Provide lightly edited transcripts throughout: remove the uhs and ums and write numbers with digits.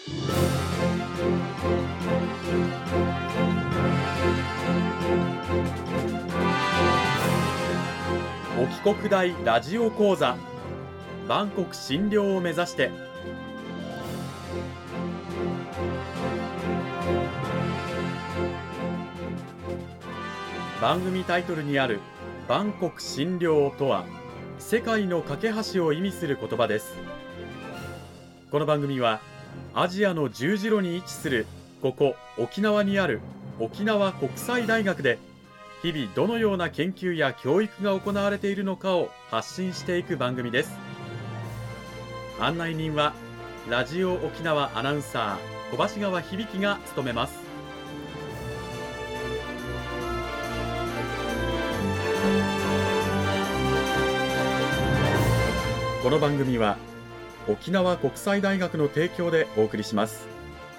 沖国大ラジオ講座、万国診療を目指して。番組タイトルにある万国診療とは、世界の架け橋を意味する言葉です。この番組はアジアの十字路に位置するここ沖縄にある沖縄国際大学で、日々どのような研究や教育が行われているのかを発信していく番組です。案内人はラジオ沖縄アナウンサー小橋川響が務めます。この番組は沖縄国際大学の提供でお送りします。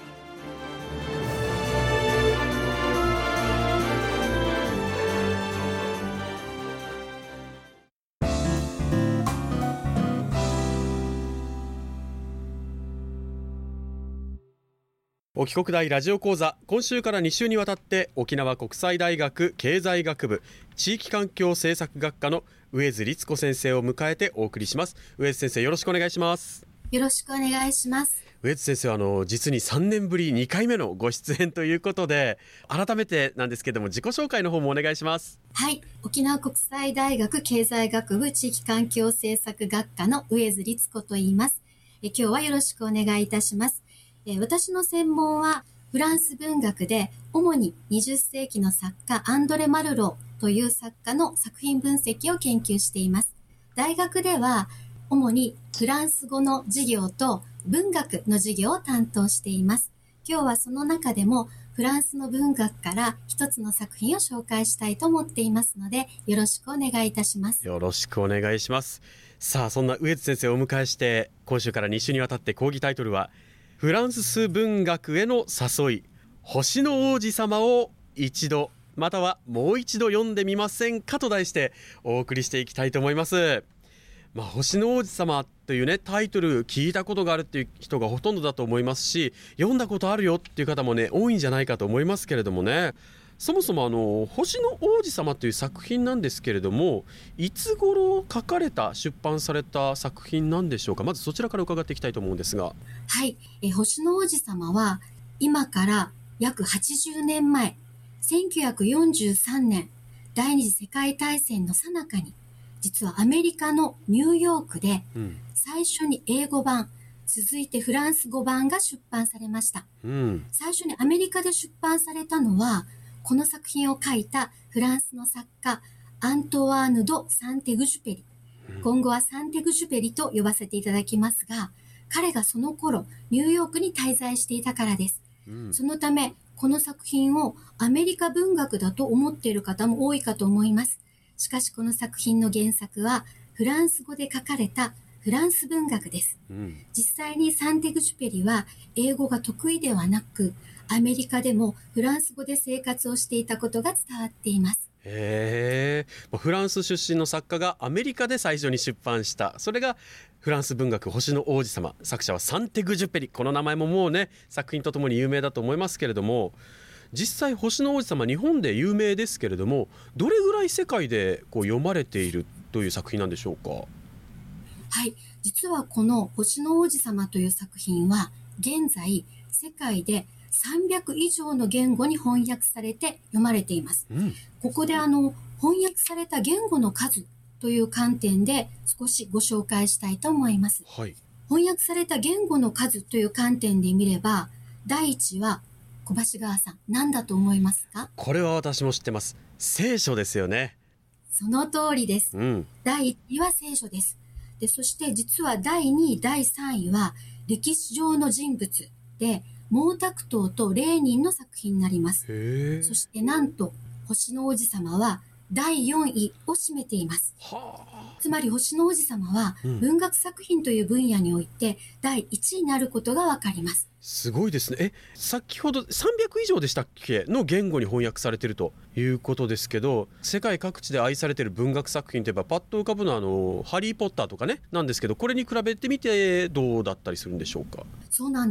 沖国大ラジオ講座、今週から2週にわたって沖縄国際大学経済学部地域環境政策学科の上津律子先生を迎えてお送りします。上津先生、よろしくお願いします。 よろしくお願いします。 上津先生は実に3年ぶり2回目のご出演ということで、改めてなんですけども自己紹介の方もお願いします。 はい、沖縄国際大学経済学部地域環境政策学科の上津律子と言います。今日はよろしくお願いいたします。私の専門はフランス文学で、主に20世紀の作家アンドレ・マルローという作家の作品分析を研究しています。大学では主にフランス語の授業と文学の授業を担当しています。今日はその中でもフランスの文学から一つの作品を紹介したいと思っていますので、よろしくお願いいたします。 よろしくお願いします。さあ、そんな上津先生をお迎えして、今週から2週にわたって講義タイトルはフランス文学への誘い、星の王子様を一度またはもう一度読んでみませんかと題してお送りしていきたいと思います。星の王子様というねタイトル聞いたことがあるっていう人がほとんどだと思いますし、読んだことあるよっていう方もね多いんじゃないかと思いますけれどもね、そもそも星の王子様という作品なんですけれども、いつ頃書かれた出版された作品なんでしょうか。まずそちらから伺っていきたいと思うんですが。 はい、星の王子様は今から約80年前、1943年第二次世界大戦の最中に、実はアメリカのニューヨークで最初に英語版、続いてフランス語版が出版されました。最初にアメリカで出版されたのは、この作品を書いたフランスの作家アントワーヌ・ド・サンテグジュペリ、今後はサンテグジュペリと呼ばせていただきますが、彼がその頃ニューヨークに滞在していたからです。そのためこの作品をアメリカ文学だと思っている方も多いかと思います。しかしこの作品の原作はフランス語で書かれたフランス文学です。実際にサンテグジュペリは英語が得意ではなく、アメリカでもフランス語で生活をしていたことが伝わっています。 フランス出身の作家がアメリカで最初に出版した、それがフランス文学星の王子様、作者はサンテグジュペリ。この名前ももうね作品とともに有名だと思いますけれども、実際星の王子様日本で有名ですけれども、どれぐらい世界で読まれているという作品なんでしょうか。 はい、実はこの星の王子様という作品は現在世界で300以上の言語に翻訳されて読まれています。ここで翻訳された言語の数という観点で少しご紹介したいと思います。翻訳された言語の数という観点で見れば、第一は小橋川さん、何だと思いますか？ これは私も知ってます。聖書ですよね。 その通りです。第1位は聖書です。そして実は第2位、第3位は歴史上の人物で、毛沢東とレーニンの作品になります。そしてなんと星の王子様は第4位を占めています。つまり星の王子様は文学作品という分野において第1位になることがわかります。 すごいですね。先ほど300以上でしたっけの言語に翻訳されているということですけど、世界各地で愛されている文学作品といえばパッと浮かぶのはハリーポッターとかねなんですけど、これに比べてみてどうだったりするんでしょうか。 そうなんです。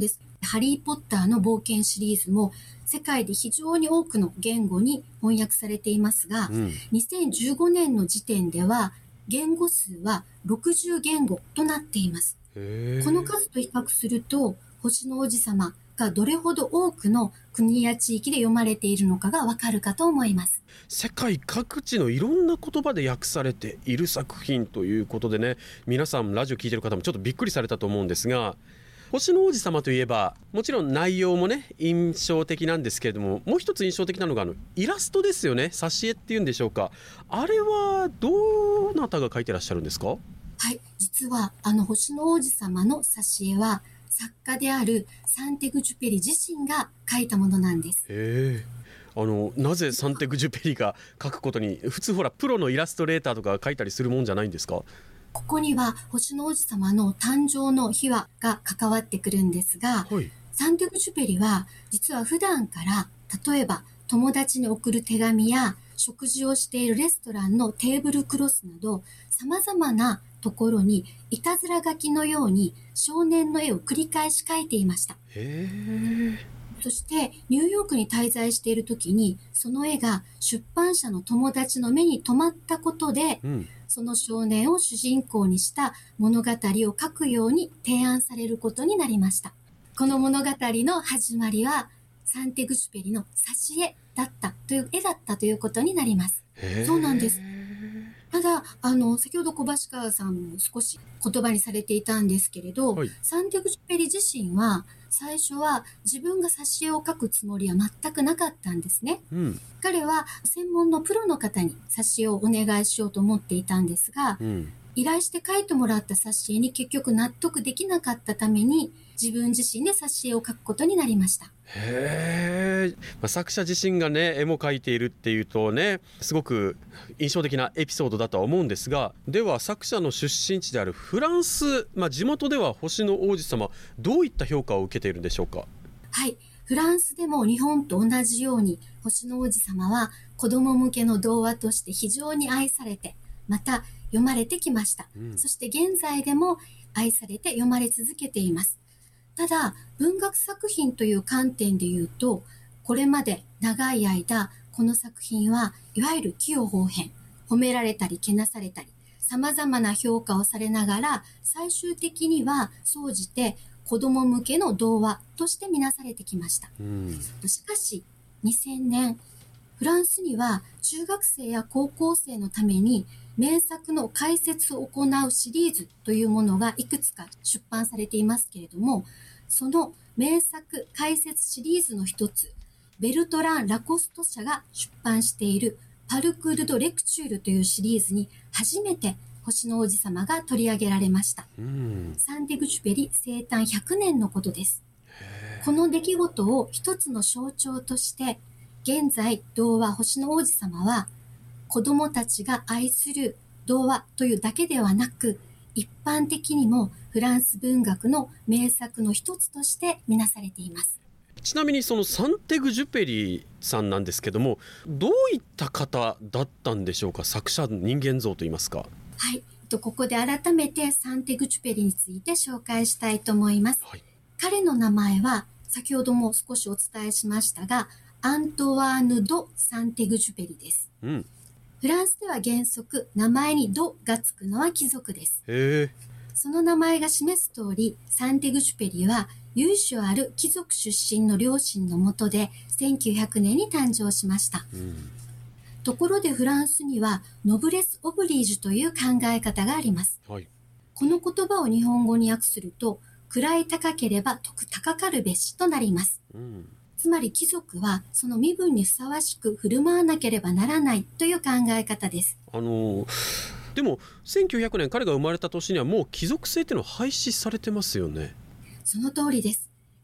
ハリー・ポッターの冒険シリーズも世界で非常に多くの言語に翻訳されていますが、2015年の時点では言語数は60言語となっています。この数と比較すると、星の王子様がどれほど多くの国や地域で読まれているのかがわかるかと思います。 世界各地のいろんな言葉で訳されている作品ということでね、皆さんラジオ聞いてる方もちょっとびっくりされたと思うんですが、星の王子様といえばもちろん内容もね印象的なんですけれども、もう一つ印象的なのがイラストですよね。挿絵っていうんでしょうか。あれはどなたが描いてらっしゃるんですか？ はい、実は星の王子様の挿絵は作家であるサンテグジュペリ自身が描いたものなんです。 なぜサンテグジュペリが描くことに、普通ほらプロのイラストレーターとか描いたりするもんじゃないんですか？ ここには星の王子様の誕生の秘話が関わってくるんですが、 はい、 サンテグジュペリは実は普段から例えば友達に送る手紙や食事をしているレストランのテーブルクロスなど様々なところにいたずら書きのように少年の絵を繰り返し描いていました。そしてニューヨークに滞在している時にその絵が出版社の友達の目に留まったことで、その少年を主人公にした物語を書くように提案されることになりました。この物語の始まりはサンテグジュペリの挿絵だったという絵だったということになります。そうなんです。ただ先ほど小橋川さんも少し言葉にされていたんですけれど、はい、サンテグジュペリ自身は最初は自分が挿絵を描くつもりは全くなかったんですね。彼は専門のプロの方に挿絵をお願いしようと思っていたんですが、依頼して描いてもらった挿絵に結局納得できなかったために自分自身で挿絵を描くことになりました。 作者自身がね絵も描いているっていうとね、すごく印象的なエピソードだとは思うんですが、では作者の出身地であるフランス、地元では星の王子様どういった評価を受けているんでしょうか？ はい、フランスでも日本と同じように星の王子様は子供向けの童話として非常に愛されて、また読まれてきました。そして現在でも愛されて読まれ続けています。ただ文学作品という観点で言うと、これまで長い間この作品はいわゆる器用方変、褒められたりけなされたり様々な評価をされながら最終的には総じて子供向けの童話として見なされてきました。しかし2000年フランスには中学生や高校生のために名作の解説を行うシリーズというものがいくつか出版されていますけれども、その名作解説シリーズの一つ、ベルトラン・ラコスト社が出版しているパルクール・ド・レクチュールというシリーズに初めて星の王子様が取り上げられました。サンテグジュペリ生誕100年のことです。この出来事を一つの象徴として、現在童話星の王子様は子供たちが愛する童話というだけではなく、一般的にもフランス文学の名作の一つとして見なされています。 ちなみにそのサンテグジュペリさんなんですけども、どういった方だったんでしょうか？作者人間像といいますか。 はい、ここで改めてサンテグジュペリについて紹介したいと思います。彼の名前は先ほども少しお伝えしましたが、アントワーヌ・ド・サンテグジュペリです。フランスでは原則名前にドがつくのは貴族です。その名前が示す通り、サンテグジュペリは由緒ある貴族出身の両親のもとで1900年に誕生しました。ところでフランスにはノブレス・オブリージュという考え方があります。この言葉を日本語に訳すると、位高ければ徳高かるべしとなります。つまり貴族はその身分にふさわしく振る舞わなければならないという考え方です。 でも1900年彼が生まれた年にはもう貴族制っていうのは廃止されてますよね。 その通りです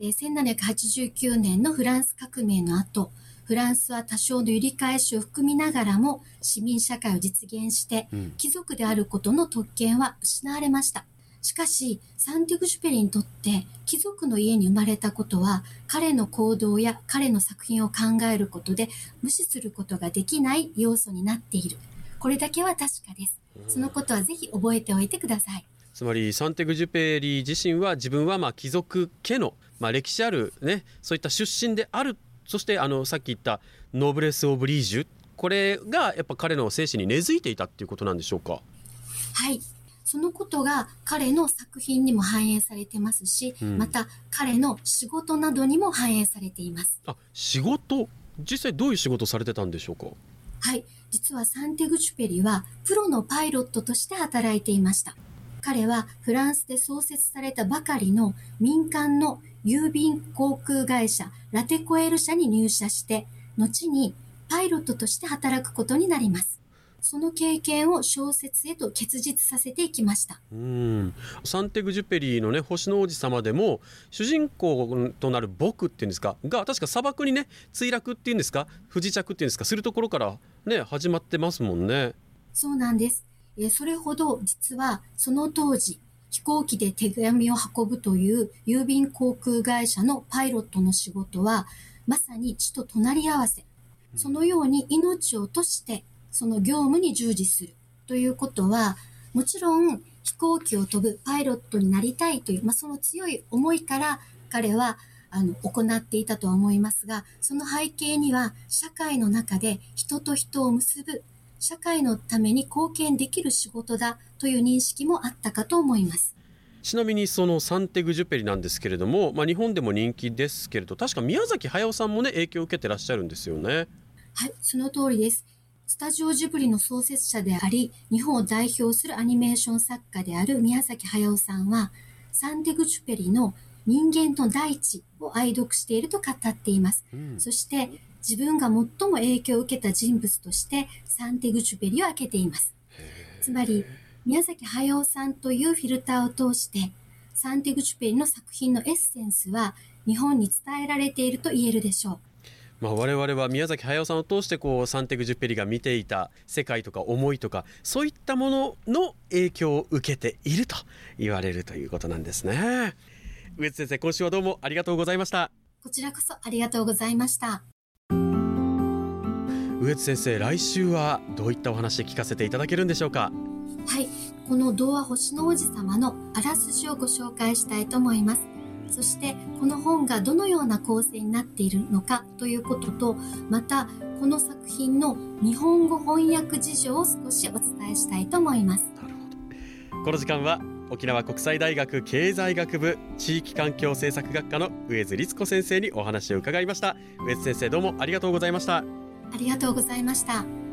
。1789年のフランス革命の後、フランスは多少の揺り返しを含みながらも市民社会を実現して、貴族であることの特権は失われました。しかし、サンテグジュペリにとって貴族の家に生まれたことは彼の行動や彼の作品を考えることで無視することができない要素になっている。これだけは確かです。そのことはぜひ覚えておいてください。 つまりサンテグジュペリ自身は自分は貴族家の歴史ある、そういった出身である。そしてさっき言ったノーブレス・オブリージュ、これがやっぱ彼の精神に根付いていたっていうことなんでしょうか。 はい、そのことが彼の作品にも反映されてますし、また彼の仕事などにも反映されています。 仕事、実際どういう仕事されてたんでしょうか。 はい、実はサンテグジュペリはプロのパイロットとして働いていました。彼はフランスで創設されたばかりの民間の郵便航空会社ラテコエル社に入社して、後にパイロットとして働くことになります。その経験を小説へと結実させていきました。 サンテグジュペリの星の王子様でも主人公となる僕っていうんですかが、確か砂漠に墜落っていうんですか、不時着っていうんですか、するところから始まってますもんね。 そうなんです。それほど実はその当時飛行機で手紙を運ぶという郵便航空会社のパイロットの仕事はまさに死と隣り合わせ。そのように命を落としてその業務に従事するということは、もちろん飛行機を飛ぶパイロットになりたいという、その強い思いから彼は行っていたとは思いますが、その背景には社会の中で人と人を結ぶ、社会のために貢献できる仕事だという認識もあったかと思います。 ちなみにそのサンテグジュペリなんですけれども、日本でも人気ですけれど、確か宮崎駿さんも影響を受けてらっしゃるんですよね。 はい、その通りです。スタジオジブリの創設者であり、日本を代表するアニメーション作家である宮崎駿さんは、サンテグジュペリの人間の大地を愛読していると語っています。そして自分が最も影響を受けた人物としてサンテグジュペリを挙げています。つまり宮崎駿さんというフィルターを通してサンテグジュペリの作品のエッセンスは日本に伝えられていると言えるでしょう。 我々は宮崎駿さんを通してサンテグジュペリが見ていた世界とか思いとか、そういったものの影響を受けていると言われるということなんですね。上津先生、今週はどうもありがとうございました。 こちらこそありがとうございました。 上津先生、来週はどういったお話聞かせていただけるんでしょうか。 はい、この童話星の王子様のあらすじをご紹介したいと思います。そしてこの本がどのような構成になっているのかということと、またこの作品の日本語翻訳事情を少しお伝えしたいと思います。 なるほど。この時間は沖縄国際大学経済学部地域環境政策学科の上津律子先生にお話を伺いました。上津先生、どうもありがとうございました。 ありがとうございました。